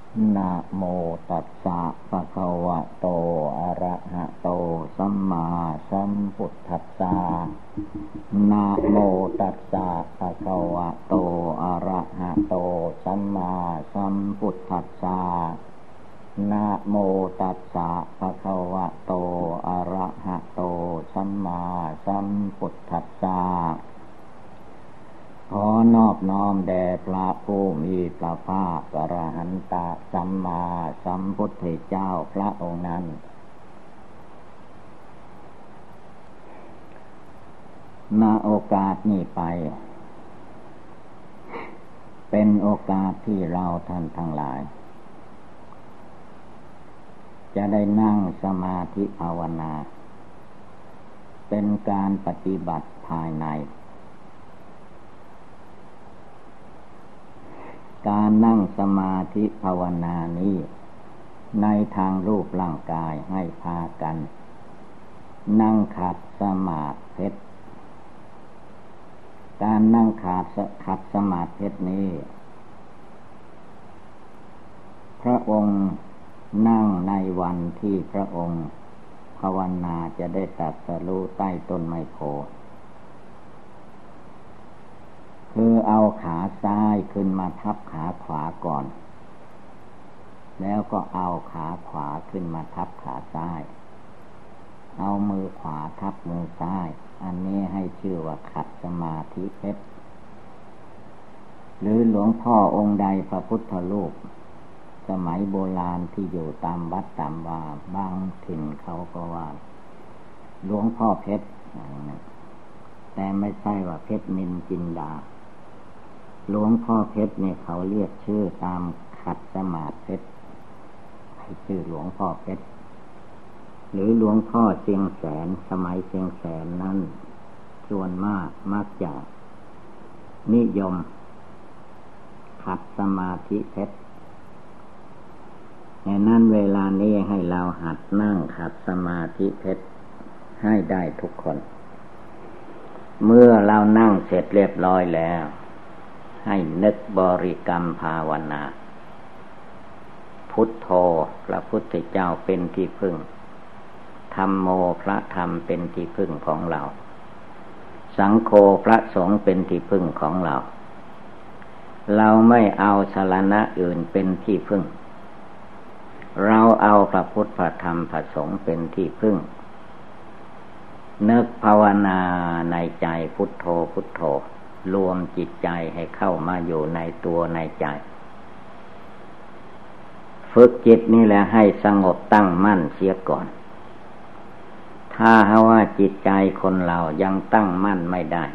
นะโมตัสสะภะคะวะโตอะระหะโตสัมมาสัมพุทธัสสะนะโมตัสสะภะคะวะโตอะระหะโตสัมมาสัมพุทธัสสะนะโมตัสสะภะคะวะโตอะระหะโตสัมมาสัมพุทธัสสะขอนอบน้อมแด่พระผู้มีพระภาคอรหันตสัมมาสัมพุทธเจ้าพระองค์นั้นณโอกาสนี้ไปเป็นโอกาสที่เราท่านทั้งหลายจะได้นั่งสมาธิภาวนาเป็นการปฏิบัติภายในการนั่งสมาธิภาวนานี้ในทางรูปร่างกายให้พากันนั่งขัดสมาธิการนั่งขัดสมาธินี้พระองค์นั่งในวันที่พระองค์ภาวนาจะได้ตรัสรู้ใต้ต้นไมโพคือเอาขาซ้ายขึ้นมาทับขาขวาก่อนแล้วก็เอาขาขวาขึ้นมาทับขาซ้ายเอามือขวาทับมือซ้ายอันนี้ให้ชื่อว่าขัดสมาธิเพชรหรือหลวงพ่อองค์ใดพระพุทธรูปสมัยโบราณที่อยู่ตามวัดตามวาบางถิ่นเขาก็ว่าหลวงพ่อเพชรแต่ไม่ใช่ว่าเพชรนินจินดาหลวงพ่อเพชรเนี่ยเขาเรียกชื่อตามขัดสมาธิเพชรให้ชื่อหลวงพ่อเพชรหรือหลวงพ่อเชียงแสนสมัยเชียงแสนนั้นส่วนมากมักจะนิยมขัดสมาธิเพชรดังนั้นเวลานี้ให้เราหัดนั่งขัดสมาธิเพชรให้ได้ทุกคนเมื่อเรานั่งเสร็จเรียบร้อยแล้วให้นึกบริกรรมภาวนาพุทโธพระพุทธเจ้าเป็นที่พึ่งธัมโมพระธรรมเป็นที่พึ่งของเราสังโฆพระสงฆ์เป็นที่พึ่งของเราเราไม่เอาสรณะอื่นเป็นที่พึ่งเราเอาพระพุทธพระธรรมพระสงฆ์เป็นที่พึ่งนึกภาวนาในใจพุทโธพุทโธรวมจิตใจให้เข้ามาอยู่ในตัวในใจฝึกจิตนี่แหละให้สงบตั้งมั่นเสียก่อนถ้าหากว่าจิตใจคนเรายังตั้งมั่นไม่ได้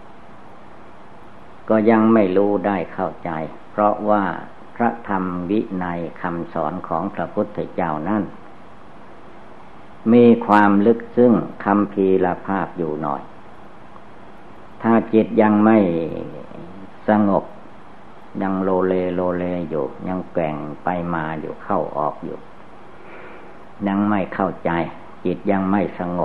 ก็ยังไม่รู้ได้เข้าใจเพราะว่าพระธรรมวินัยคำสอนของพระพุทธเจ้านั้นมีความลึกซึ้งคัมภีรภาพอยู่หน่อยถ้าจิตยังไม่สงบยังโลเลอยู่ยังแกว่งไปมาอยู่เข้าออกอยู่ยังไม่เข้าใจจิตยังไม่สงบ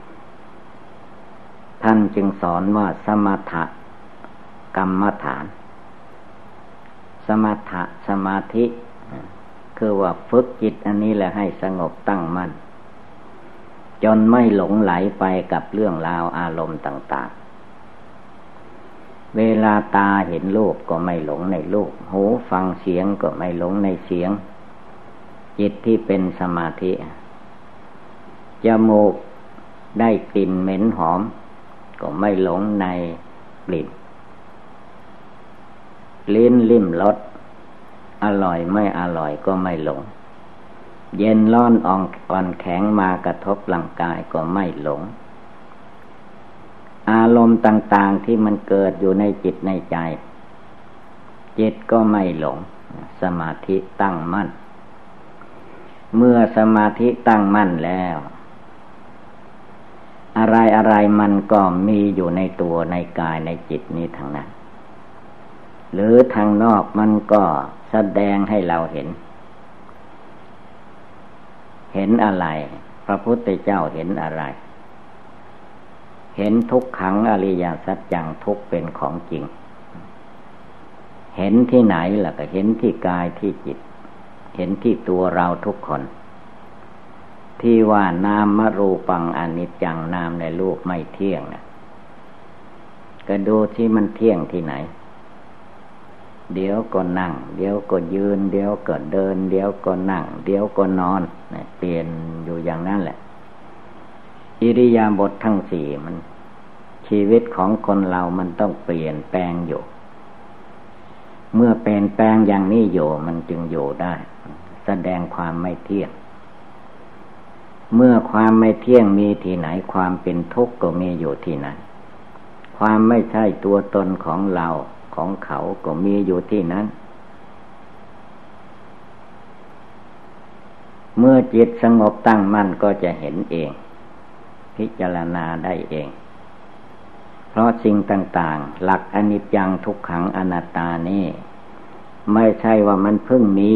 ท่านจึงสอนว่าสมถกรรมฐานสมถะสมาธิคือว่าฝึกจิตอันนี้แหละให้สงบตั้งมั่นจนไม่หลงไหลไปกับเรื่องราวอารมณ์ต่างๆเวลาตาเห็นรูปก็ไม่หลงในรูปหูฟังเสียงก็ไม่หลงในเสียงจิตที่เป็นสมาธิจมูกได้กลิ่นเหม็นหอมก็ไม่หลงในกลิ่นลิ้นลิ้มรสอร่อยไม่อร่อยก็ไม่หลงเย็นร้อนอ่อนแข็งมากระทบร่างกายก็ไม่หลงอารมณ์ต่างๆที่มันเกิดอยู่ในจิตในใจจิตก็ไม่หลงสมาธิตั้งมั่นเมื่อสมาธิตั้งมั่นแล้วอะไรมันก็มีอยู่ในตัวในกายในจิตนี้ทั้งนั้นหรือทางนอกมันก็แสดงให้เราเห็นอะไรพระพุทธเจ้าเห็นอะไรเห็นทุกขังอริยสัจจังทุกเป็นของจริง เห็นที่ไหนล่ะก็เห็นที่กายที่จิตเห็นที่ตัวเราทุกคนที่ว่านามรูปังอนิจจังนามในรูปไม่เที่ยงนะก็ดูที่มันเที่ยงที่ไหนเดี๋ยวก็นั่งเดี๋ยวก็ยืนเดี๋ยวก็เดินเดี๋ยวก็นั่งเดี๋ยวก็นอนเปลี่ยนอยู่อย่างนั้นแหละอิริยาบถทั้งสี่มันชีวิตของคนเรามันต้องเปลี่ยนแปลงอยู่เมื่อเปลี่ยนแปลงอย่างนี้อยู่มันจึงอยู่ได้แสดงความไม่เที่ยงเมื่อความไม่เที่ยงมีที่ไหนความเป็นทุกข์ก็มีอยู่ที่นั้นความไม่ใช่ตัวตนของเราของเขาก็มีอยู่ที่นั้นเมื่อจิตสงบตั้งมั่นก็จะเห็นเองพิจารณาได้เองเพราะสิ่งต่างๆหลักอนิจจังทุกขังอนัตตานี่ไม่ใช่ว่ามันเพิ่งมี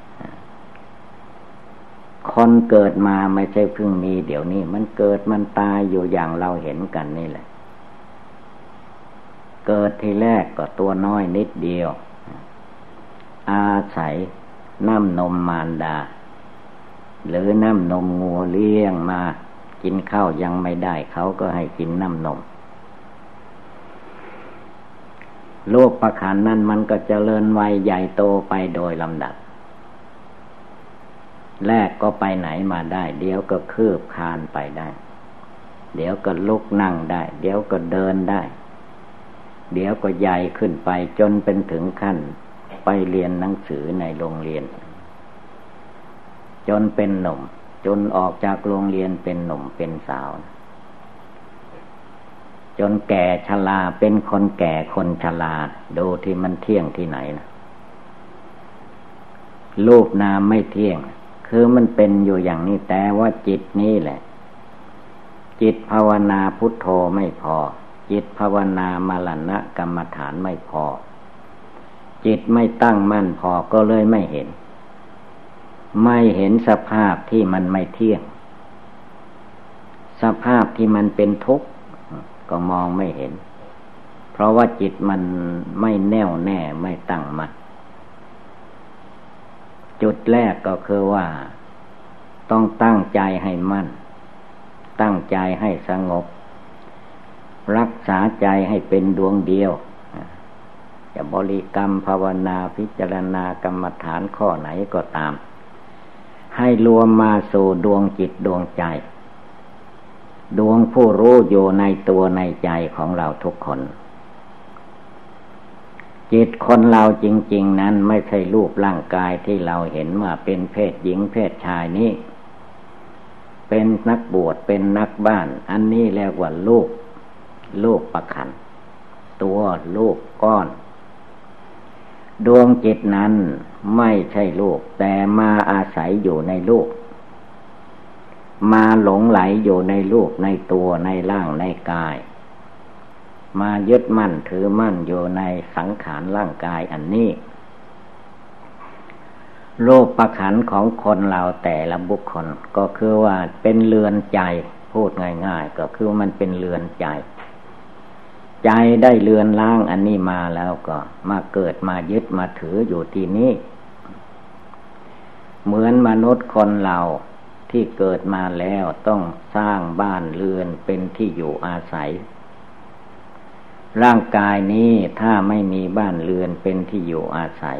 คนเกิดมาไม่ใช่เพิ่งมีเดี๋ยวนี้มันเกิดมันตายอยู่อย่างเราเห็นกันนี่แหละเกิดทีแรกก็ตัวน้อยนิดเดียวอาศัยน้ำนมมารดาหรือน้ำนมงัวเลี้ยงมากินข้าวยังไม่ได้เขาก็ให้กินน้ำนมโลกประขันนั้นมันก็เจริญวัยใหญ่โตไปโดยลำดับแรกก็ไปไหนมาได้เดี๋ยวก็คืบคลานไปได้เดี๋ยวก็ลุกนั่งได้เดี๋ยวก็เดินได้เดี๋ยวก็ใหญ่ขึ้นไปจนเป็นถึงขั้นไปเรียนหนังสือในโรงเรียนจนเป็นหนุ่มจนออกจากโรงเรียนเป็นหนุ่มเป็นสาวจนแก่ชราเป็นคนแก่คนชราดูที่มันเที่ยงที่ไหนนะรูปนามไม่เที่ยงคือมันเป็นอยู่อย่างนี้แต่ว่าจิตนี่แหละจิตภาวนาพุทโธไม่พอจิตภาวนามรณะกรรมฐานไม่พอจิตไม่ตั้งมั่นพอก็เลยไม่เห็นสภาพที่มันไม่เที่ยงสภาพที่มันเป็นทุกข์ก็มองไม่เห็นเพราะว่าจิตมันไม่แน่วแน่ไม่ตั้งมั่นจุดแรกก็คือว่าต้องตั้งใจให้มั่นตั้งใจให้สงบรักษาใจให้เป็นดวงเดียวจะบริกรรมภาวนาพิจารณากรรมฐานข้อไหนก็ตามให้รวมมาสู่ดวงจิตดวงใจดวงผู้รู้อยู่ในตัวในใจของเราทุกคนจิตคนเราจริงๆนั้นไม่ใช่รูปร่างกายที่เราเห็นว่าเป็นเพศหญิงเพศชายนี้เป็นนักบวชเป็นนักบ้านอันนี้เรียกว่ารูปประขันตัวรูปก้อนดวงจิตนั้นไม่ใช่รูปแต่มาอาศัยอยู่ในรูปมาหลงไหลอยู่ในรูปในตัวในร่างในกายมายึดมั่นถือมั่นอยู่ในสังขารร่างกายอันนี้รูปประขันของคนเราแต่ละบุคคลก็คือว่าเป็นเรือนใจพูดง่ายๆก็คือมันเป็นเรือนใจได้เรือนร่างอันนี้มาแล้วก็มาเกิดมายึดมาถืออยู่ที่นี้เหมือนมนุษย์คนเราที่เกิดมาแล้วต้องสร้างบ้านเรือนเป็นที่อยู่อาศัยร่างกายนี้ถ้าไม่มีบ้านเรือนเป็นที่อยู่อาศัย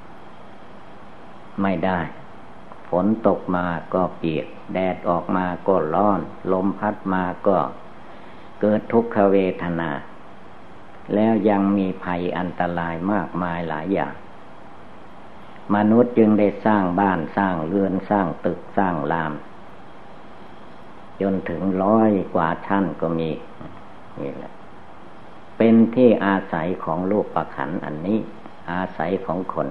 ไม่ได้ฝนตกมาก็เปียกแดดออกมาก็ร้อนลมพัดมาก็เกิดทุกขเวทนาแล้วยังมีภัยอันตรายมากมายหลายอย่างมนุษย์จึงได้สร้างบ้านสร้างเรือนสร้างตึกสร้างรามจนถึง100 กว่าชั้นก็มีนี่แหละเป็นที่อาศัยของรูปประขันอันนี้อาศัยของคน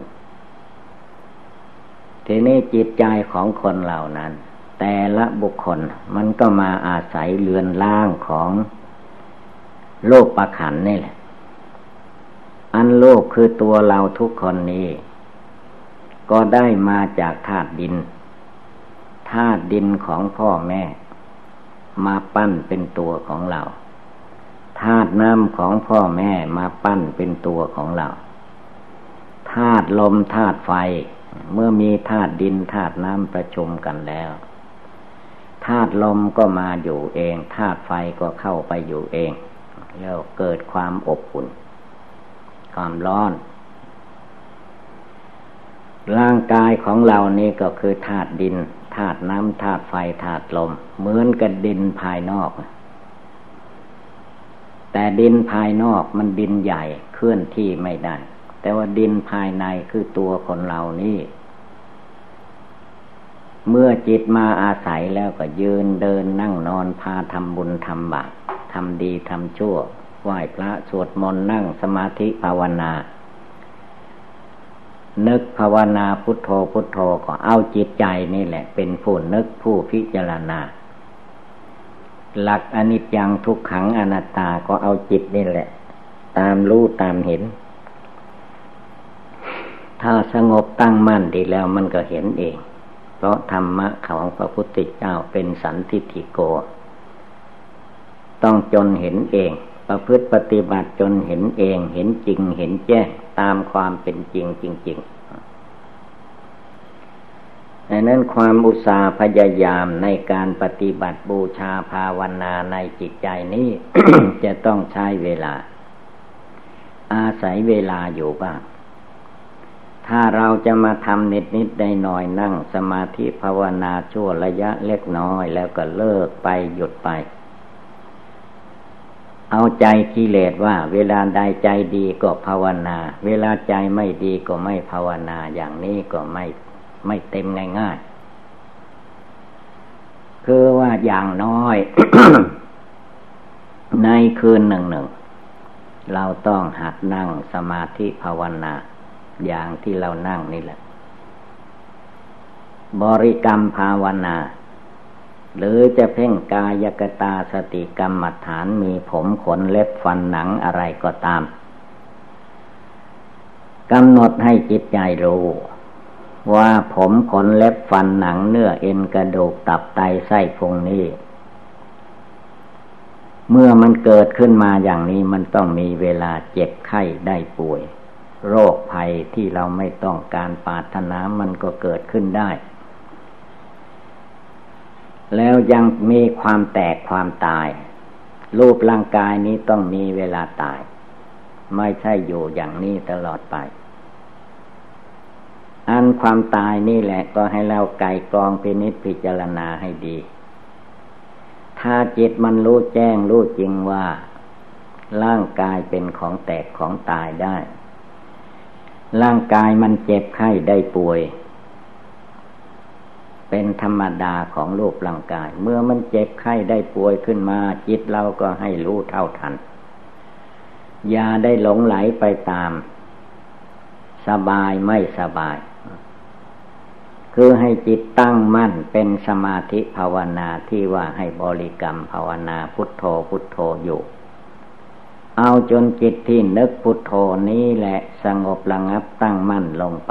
ทีนี้จิตใจของคนเหล่านั้นแต่ละบุคคลมันก็มาอาศัยเรือนร่างของรูปประขันนี่แหละอันรูปคือตัวเราทุกคนนี้ก็ได้มาจากธาตุดินของพ่อแม่มาปั้นเป็นตัวของเราธาตุน้ำของพ่อแม่มาปั้นเป็นตัวของเราธาตุลมธาตุไฟเมื่อมีธาตุดินธาตุน้ำประชุมกันแล้วธาตุลมก็มาอยู่เองธาตุไฟก็เข้าไปอยู่เองแล้วเกิดความอบอุ่นความร้อนร่างกายของเรานี่ก็คือธาตุดินธาตุน้ำธาตุไฟธาตุลมเหมือนกับดินภายนอกแต่ดินภายนอกมันดินใหญ่เคลื่อนที่ไม่ได้แต่ว่าดินภายในคือตัวคนเรานี่เมื่อจิตมาอาศัยแล้วก็ยืนเดินนั่งนอนพาทำบุญทำบาปทำดีทำชั่วไหว้พระสวดมนต์นั่งสมาธิภาวนานึกภาวนาพุทโธพุทโธก็เอาจิตใจนี่แหละเป็นผู้นึกผู้พิจารณาหลักอนิจจังทุกขังอนัตตาก็เอาจิตนี่แหละตามรู้ตามเห็นถ้าสงบตั้งมั่นดีแล้วมันก็เห็นเองเพราะธรรมะของพระพุทธเจ้าเป็นสันทิฏฐิโกต้องจนเห็นเองประพฤติปฏิบัติจนเห็นเองเห็นจริงเห็นแจ้งตามความเป็นจริงจริงๆดังนั้นความอุตสาห์พยายามในการปฏิบัติบูชาภาวนาในจิตใจนี้ จะต้องใช้เวลาอาศัยเวลาอยู่บ้างถ้าเราจะมาทำนิดๆได้หน่อยนั่งสมาธิภาวนาชั่วระยะเล็กน้อยแล้วก็เลิกไปหยุดไปเอาใจกิเลสว่าเวลาใดใจดีก็ภาวนาเวลาใจไม่ดีก็ไม่ภาวนาอย่างนี้ก็ไม่เต็มง่ายๆคือว่าอย่างน้อย ในคืนหนึ่งเราต้องหัดนั่งสมาธิภาวนาอย่างที่เรานั่งนี่แหละบริกรรมภาวนาหรือจะเพ่งกายกตาสติกรรมฐานมีผมขนเล็บฟันหนังอะไรก็ตามกำหนดให้จิตใจรู้ว่าผมขนเล็บฟันหนังเนื้อเอ็นกระดูกตับไตไส้พุงนี้เมื่อมันเกิดขึ้นมาอย่างนี้มันต้องมีเวลาเจ็บไข้ได้ป่วยโรคภัยที่เราไม่ต้องการปรารถนามันก็เกิดขึ้นได้แล้วยังมีความแตกความตายรูปร่างกายนี้ต้องมีเวลาตายไม่ใช่อยู่อย่างนี้ตลอดไปอันความตายนี่แหละก็ให้เราไกลกรองพินิจพิจารณาให้ดีถ้าจิตมันรู้แจ้งรู้จริงว่าร่างกายเป็นของแตกของตายได้ร่างกายมันเจ็บไข้ได้ป่วยเป็นธรรมดาของรูปร่างกายเมื่อมันเจ็บไข้ได้ป่วยขึ้นมาจิตเราก็ให้รู้เท่าทันอย่าได้หลงไหลไปตามสบายไม่สบายคือให้จิตตั้งมั่นเป็นสมาธิภาวนาที่ว่าให้บริกรรมภาวนาพุทโธพุทโธอยู่เอาจนจิตที่นึกพุทโธนี้แหละสงบระงับตั้งมั่นลงไป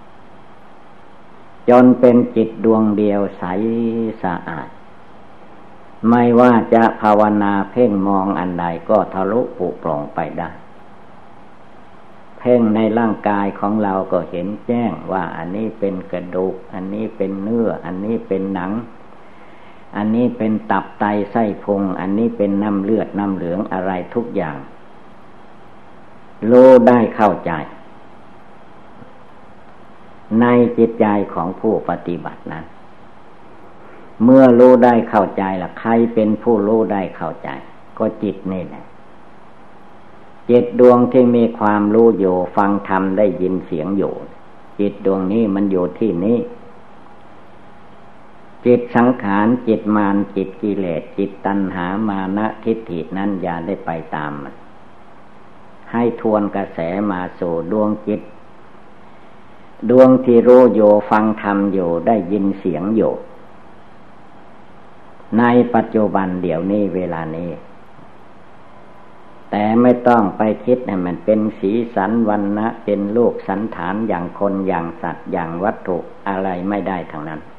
จนเป็นจิตดวงเดียวใสสะอาดไม่ว่าจะภาวนาเพ่งมองอันใดก็ทะลุปุโปร่งไปได้เพ่งในร่างกายของเราก็เห็นแจ้งว่าอันนี้เป็นกระดูกอันนี้เป็นเนื้ออันนี้เป็นหนังอันนี้เป็นตับไตไส้พุงอันนี้เป็นน้ำเลือดน้ำเหลืองอะไรทุกอย่างรู้ได้เข้าใจในจิตใจของผู้ปฏิบัตินั้นเมื่อรู้ได้เข้าใจล่ะใครเป็นผู้รู้ได้เข้าใจก็จิตนี่แหละจิตดวงที่มีความรู้อยู่ฟังธรรมได้ยินเสียงอยู่จิตดวงนี้มันอยู่ที่นี้จิตสังขารจิตมารจิตกิเลสจิตตัณหามานะทิฏฐินั้นอย่าได้ไปตามมันให้ทวนกระแสมาสู่ดวงจิตดวงที่รู้อยู่ฟังธรรมอยู่ได้ยินเสียงอยู่ในปัจจุบันเดี๋ยวนี้เวลานี้แต่ไม่ต้องไปคิดให้มันเป็นสีสันวรรณะเป็นรูปสันฐานอย่างคนอย่างสัตว์อย่างวัตถุอะไรไม่ได้ทั้งนั้น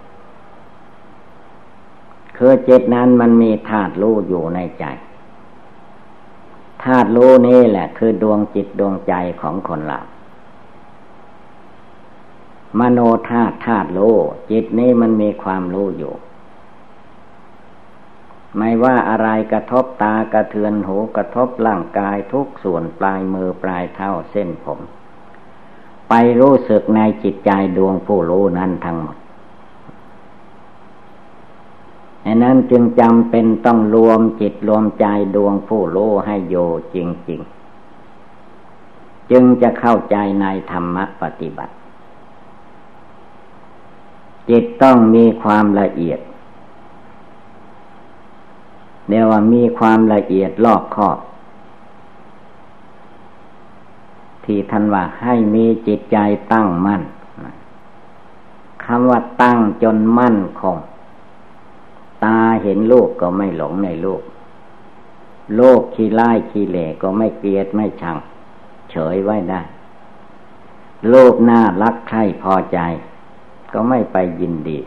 คือจิตนั้นมันมีธาตุรู้อยู่ในใจธาตุรู้นี่แหละคือดวงจิตดวงใจของคนเรามโนธาตุธาตุรู้จิตนี้มันมีความรู้อยู่ไม่ว่าอะไรกระทบตากระเทือนหูกระทบร่างกายทุกส่วนปลายมือปลายเท้าเส้นผมไปรู้สึกในจิตใจดวงผู้รู้นั้นทั้งหมดอันนั้นจึงจำเป็นต้องรวมจิตรวมใจดวงผู้รู้ให้โยจริงๆจึงจะเข้าใจในธรรมะปฏิบัติจิตต้องมีความละเอียดเรียกว่ามีความละเอียดรอบคอบที่ท่านว่าให้มีจิตใจตั้งมั่นคำว่าตั้งจนมั่นคงตาเห็นรูปก็ไม่หลงในรูปโลกขี้ร้ายขี้เหร่ก็ไม่เกลียดไม่ชังเฉยไว้ได้โลกหน้ารักใคร่พอใจก็ไม่ไปยินดี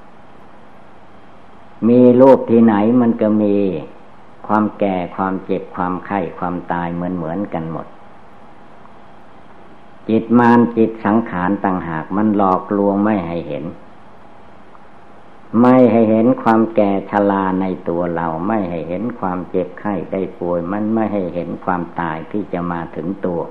มีรูปที่ไหนมันก็มีความแก่ความเจ็บความไข้ความตายเหมือนกันหมดจิตมารจิตสังขารต่างหากมันหลอกลวงไม่ให้เห็นความแก่ชราในตัวเราไม่ให้เห็นความเจ็บไข้ได้ป่วยมันไม่ให้เห็นความตายที่จะมาถึงตัว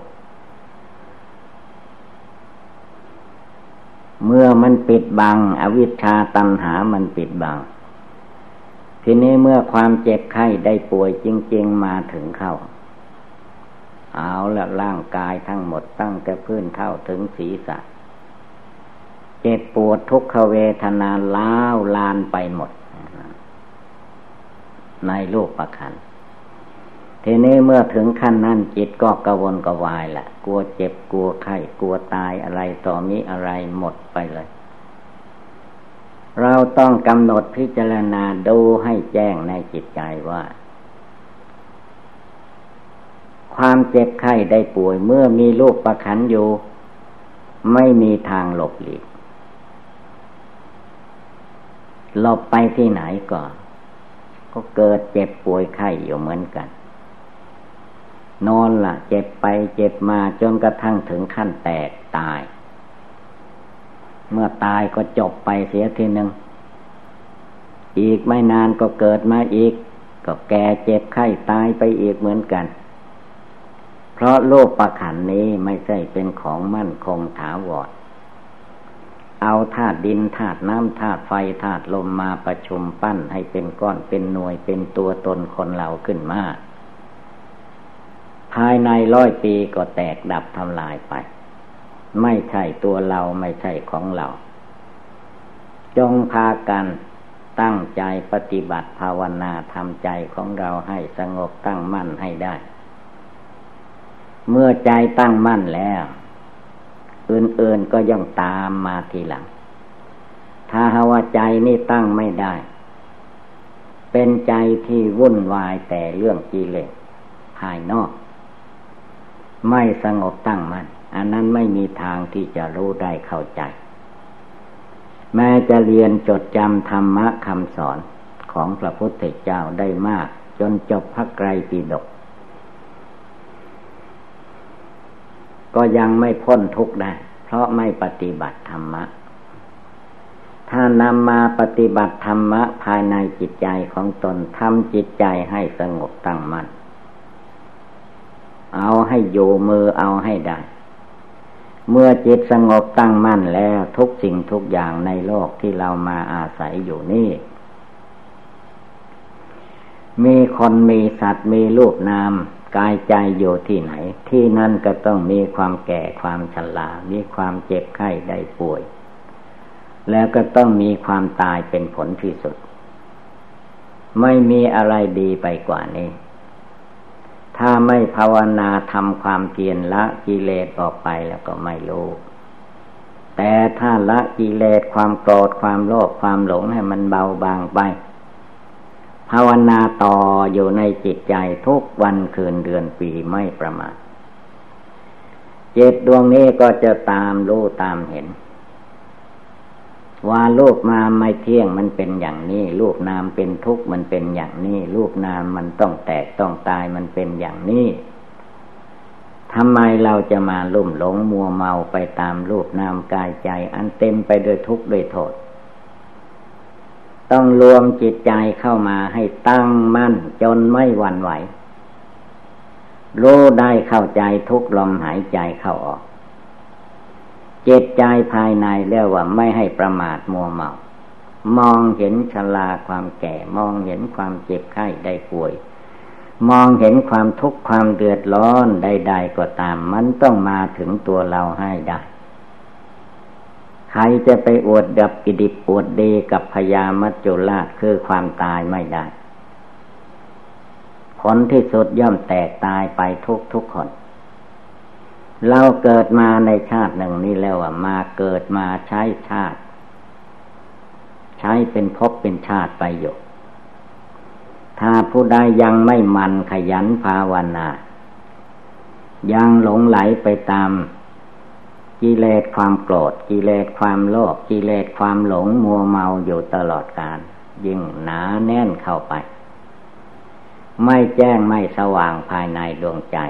เมื่อมันปิดบังอวิชชาตัณหามันปิดบังทีนี้เมื่อความเจ็บไข้ได้ป่วยจริงๆมาถึงเข้าเอาละร่างกายทั้งหมดตั้งแต่พื้นเท่าถึงศีรษะเจ็บปวดทุกขเวทนาล้าวลานไปหมดในรูปขันธ์ทีนี้เมื่อถึงขั้นนั้นจิตก็กระวนกระวายละกลัวเจ็บกลัวไข้กลัวตายอะไรต่อมีอะไรหมดไปเลยเราต้องกำหนดพิจารณาดูให้แจ้งในจิตใจว่าความเจ็บไข้ได้ป่วยเมื่อมีรูปขันธ์อยู่ไม่มีทางหลบหลีกหลบไปที่ไหนก็เกิดเจ็บป่วยไข้อยู่เหมือนกันนอนล่ะเจ็บไปเจ็บมาจนกระทั่งถึงขั้นแตกตายเมื่อตายก็จบไปเสียทีหนึ่งอีกไม่นานก็เกิดมาอีกก็แก่เจ็บไข้ตายไปอีกเหมือนกันเพราะโลกประขันนี้ไม่ใช่เป็นของมั่นคงถาวรเอาธาตุดินธาตุน้ำธาตุไฟธาตุลมมาประชุมปั้นให้เป็นก้อนเป็นหน่วยเป็นตัวตนคนเราขึ้นมาภายใน100 ปีก็แตกดับทำลายไปไม่ใช่ตัวเราไม่ใช่ของเราจงพากันตั้งใจปฏิบัติภาวนาทำใจของเราให้สงบตั้งมั่นให้ได้เมื่อใจตั้งมั่นแล้วอื่นๆก็ย่อมตามมาทีหลังถ้าหากว่าใจนี่ตั้งไม่ได้เป็นใจที่วุ่นวายแต่เรื่องกิเลสภายนอกไม่สงบตั้งมั่นอันนั้นไม่มีทางที่จะรู้ได้เข้าใจแม้จะเรียนจดจำธรรมะคำสอนของพระพุทธเจ้าได้มากจนจบพระไตรปิฎกก็ยังไม่พ้นทุกข์ได้เพราะไม่ปฏิบัติธรรมะถ้านำมาปฏิบัติธรรมะภายในจิตใจของตนทำจิตใจให้สงบตั้งมั่นเอาให้อยู่มือเอาให้ได้เมื่อจิตสงบตั้งมั่นแล้วทุกสิ่งทุกอย่างในโลกที่เรามาอาศัยอยู่นี่มีคนมีสัตว์มีรูปนามกายใจอยู่ที่ไหนที่นั่นก็ต้องมีความแก่ความชรามีความเจ็บไข้ได้ป่วยแล้วก็ต้องมีความตายเป็นผลที่สุดไม่มีอะไรดีไปกว่านี้ถ้าไม่ภาวนาทำความเพียรละกิเลสออกไปแล้วก็ไม่รู้แต่ถ้าละกิเลสความโกรธความโลภความหลงให้มันเบาบางไปภาวนาต่ออยู่ในจิตใจทุกวันคืนเดือนปีไม่ประมาทจิตดวงนี้ก็จะตามรู้ตามเห็นว่ารูปนามไม่เที่ยงมันเป็นอย่างนี้รูปนามเป็นทุกข์มันเป็นอย่างนี้รูปนามมันต้องแตกต้องตายมันเป็นอย่างนี้ทำไมเราจะมาลุ่มหลงมัวเมาไปตามรูปนามกายใจอันเต็มไปด้วยทุกข์ด้วยโทษต้องรวมจิตใจเข้ามาให้ตั้งมั่นจนไม่หวั่นไหวรู้ได้เข้าใจทุกลมหายใจเข้าออกจิตใจภายในเรียกว่าไม่ให้ประมาทมัวเมามองเห็นชราความแก่มองเห็นความเจ็บไข้ได้ป่วยมองเห็นความทุกข์ความเดือดร้อนใดๆก็ตามมันต้องมาถึงตัวเราให้ได้ใครจะไปอวดดับกิดิบอวดดีกับพญามัจจุราชคือความตายไม่ได้ผลที่สุดย่อมแตกตายไปทุกคนเราเกิดมาในชาติหนึ่งนี้แล้วมาเกิดมาใช้ชาติใช้เป็นภพเป็นชาติไปอยู่ถ้าผู้ใดยังไม่มันขยันภาวนายังหลงไหลไปตามกิเลสความโกรธกิเลสความโลภกิเลสความหลงมัวเมาอยู่ตลอดกาลยิ่งหนาแน่นเข้าไปไม่แจ้งไม่สว่างภายในดวงใจ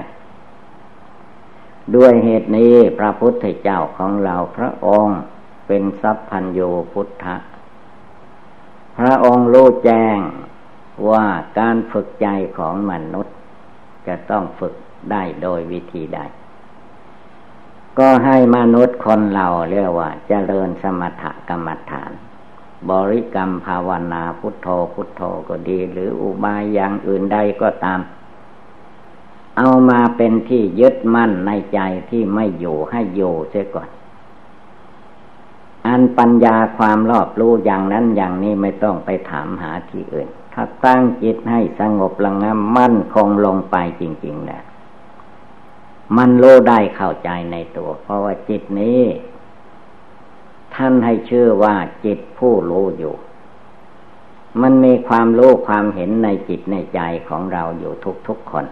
ด้วยเหตุนี้พระพุทธเจ้าของเราพระองค์เป็นสัพพัญญูพุทธะพระองค์รู้แจ้งว่าการฝึกใจของมนุษย์จะต้องฝึกได้โดยวิธีใดก็ให้มนุษย์คนเราเรียกว่าเจริญสมถกรรมฐานบริกรรมภาวนาพุทโธพุทโธก็ดีหรืออุบายอย่างอื่นใดก็ตามเอามาเป็นที่ยึดมั่นในใจที่ไม่อยู่ให้อยู่เสียก่อนอันปัญญาความรอบรู้อย่างนั้นอย่างนี้ไม่ต้องไปถามหาที่อื่นถ้าตั้งจิตให้สงบระงับมั่นคงลงไปจริงๆนะมันรู้ได้เข้าใจในตัวเพราะว่าจิตนี้ท่านให้ชื่อว่าจิตผู้รู้อยู่มันมีความรู้ความเห็นในจิตในใจของเราอยู่ทุกๆคน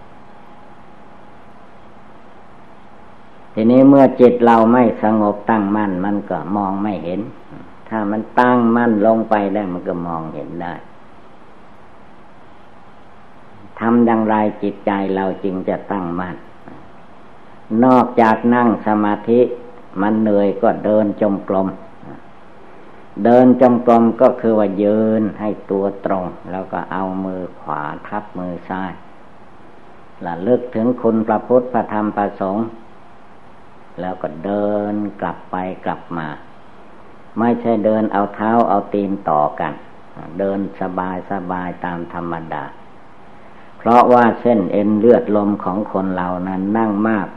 ทีนี้เมื่อจิตเราไม่สงบตั้งมั่นมันก็มองไม่เห็นถ้ามันตั้งมั่นลงไปได้มันก็มองเห็นได้ทำอย่างไรจิตใจเราจึงจะตั้งมั่นนอกจากนั่งสมาธิมันเหนื่อยก็เดินจงกรมเดินจงกรมก็คือว่ายืนให้ตัวตรงแล้วก็เอามือขวาทับมือซ้ายระลึกถึงคุณพระพุทธพระธรรมพระสงฆ์แล้วก็เดินกลับไปกลับมาไม่ใช่เดินเอาเท้าเอาตีนต่อกันเดินสบายตามธรรมดาเพราะว่าเส้นเอ็นเลือดลมของคนเรานั้นนั่งมาก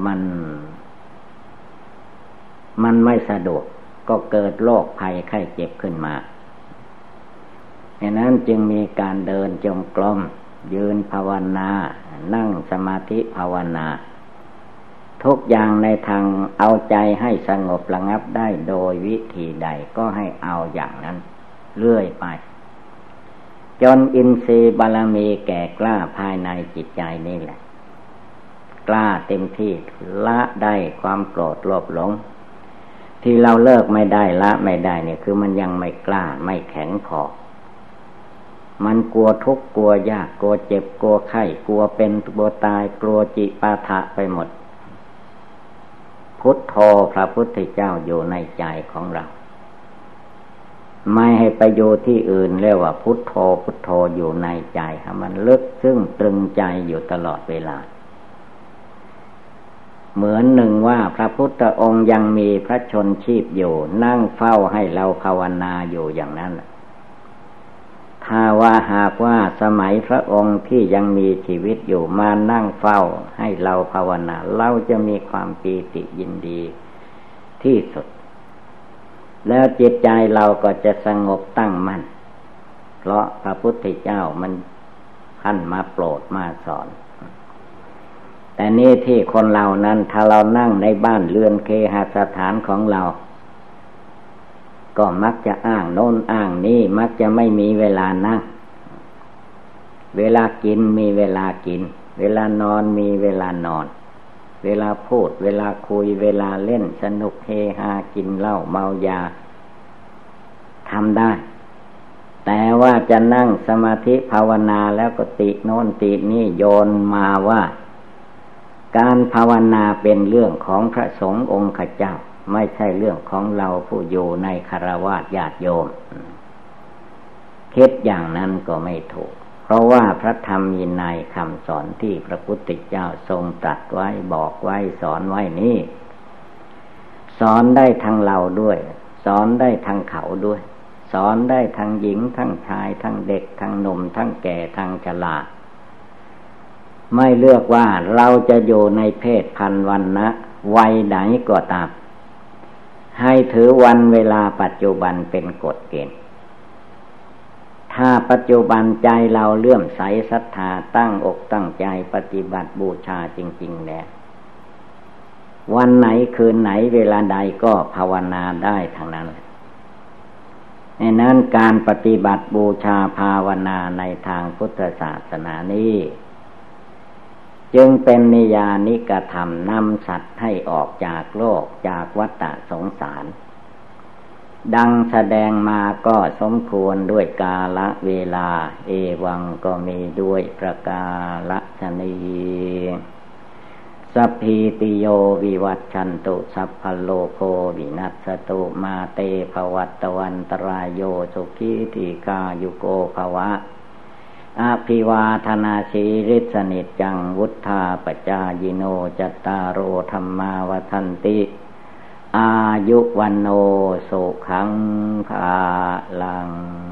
มันไม่สะดวกก็เกิดโรคภัยไข้เจ็บขึ้นมาดังนั้นจึงมีการเดินจงกรมยืนภาวนานั่งสมาธิภาวนาทุกอย่างในทางเอาใจให้สงบระงับได้โดยวิธีใดก็ให้เอาอย่างนั้นเรื่อยไปจนอินทรีย์บารมีแก่กล้าภายในจิตใจนี่แหละกล้าเต็มที่ละได้ความโกรธโลภหลงที่เราเลิกไม่ได้ละไม่ได้เนี่ยคือมันยังไม่กล้าไม่แข็งพอมันกลัวทุกข์กลัวยากกลัวเจ็บกลัวไข้กลัวเป็นกลัวตายกลัวจิปาถะไปหมดพุทโธพระพุทธเจ้าอยู่ในใจของเราไม่ให้ไปอยู่ที่อื่นเรียกว่าพุทโธพุทโธอยู่ในใจให้มันลึกซึ่งตรึงใจอยู่ตลอดเวลาเหมือนหนึ่งว่าพระพุทธองค์ยังมีพระชนชีพอยู่นั่งเฝ้าให้เราภาวนาอยู่อย่างนั้นถ้าว่าหากว่าสมัยพระองค์ที่ยังมีชีวิตอยู่มานั่งเฝ้าให้เราภาวนาเราจะมีความปีติยินดีที่สุดแล้วจิตใจเราก็จะสงบตั้งมั่นเพราะพระพุทธเจ้ามันท่านมาโปรดมาสอนแต่นี่ที่คนเรานั้นถ้าเรานั่งในบ้านเรือนเคหสถานของเราก็มักจะอ้างโน้นอ้างนี้มักจะไม่มีเวลานั่งเวลากินมีเวลากินเวลานอนมีเวลานอนเวลาพูดเวลาคุยเวลาเล่นสนุกเฮฮากินเหล้าเมายาทำได้แต่ว่าจะนั่งสมาธิภาวนาแล้วก็ติโน้นตินี่โยนมาว่าการภาวนาเป็นเรื่องของพระสงฆ์องค์เจ้าไม่ใช่เรื่องของเราผู้อยู่ในฆราวาสญาติโยมคิดอย่างนั้นก็ไม่ถูกเพราะว่าพระธรรมวินัยคำสอนที่พระพุทธเจ้าทรงตรัสไว้บอกไว้สอนไว้นี้สอนได้ทั้งเราด้วยสอนได้ทั้งเขาด้วยสอนได้ทั้งหญิงทั้งชายทั้งเด็กทั้งหนุ่มทั้งแก่ทั้งชราไม่เลือกว่าเราจะอยู่ในเพศพันธุ์วรรณะวัยไหนก็ตามให้ถือวันเวลาปัจจุบันเป็นกฎเกณฑ์ถ้าปัจจุบันใจเราเลื่อมใสศรัทธาตั้งอกตั้งใจปฏิบัติบูชาจริงๆแล้ววันไหนคืนไหนเวลาใดก็ภาวนาได้ทั้งนั้นในนั้นการปฏิบัติบูชาภาวนาในทางพุทธศาสนานี้จึงเป็นนิยานิกธรรมนำสัตว์ให้ออกจากโลกจากวัฏสงสารดังแสดงมาก็สมควรด้วยกาลเวลาเอวังก็มีด้วยประกาศนีสัพพิติโยวิวัชชันตุสัพพโลโควินัสตุมาเตภวัตวันตรายโยสุขีทีกายุโกภวะอภิวาทนาสีริสนิจจังวุธาปจายิโนจัตตารโอธรรมาวทันติอายุวันโนสุขังภาลัง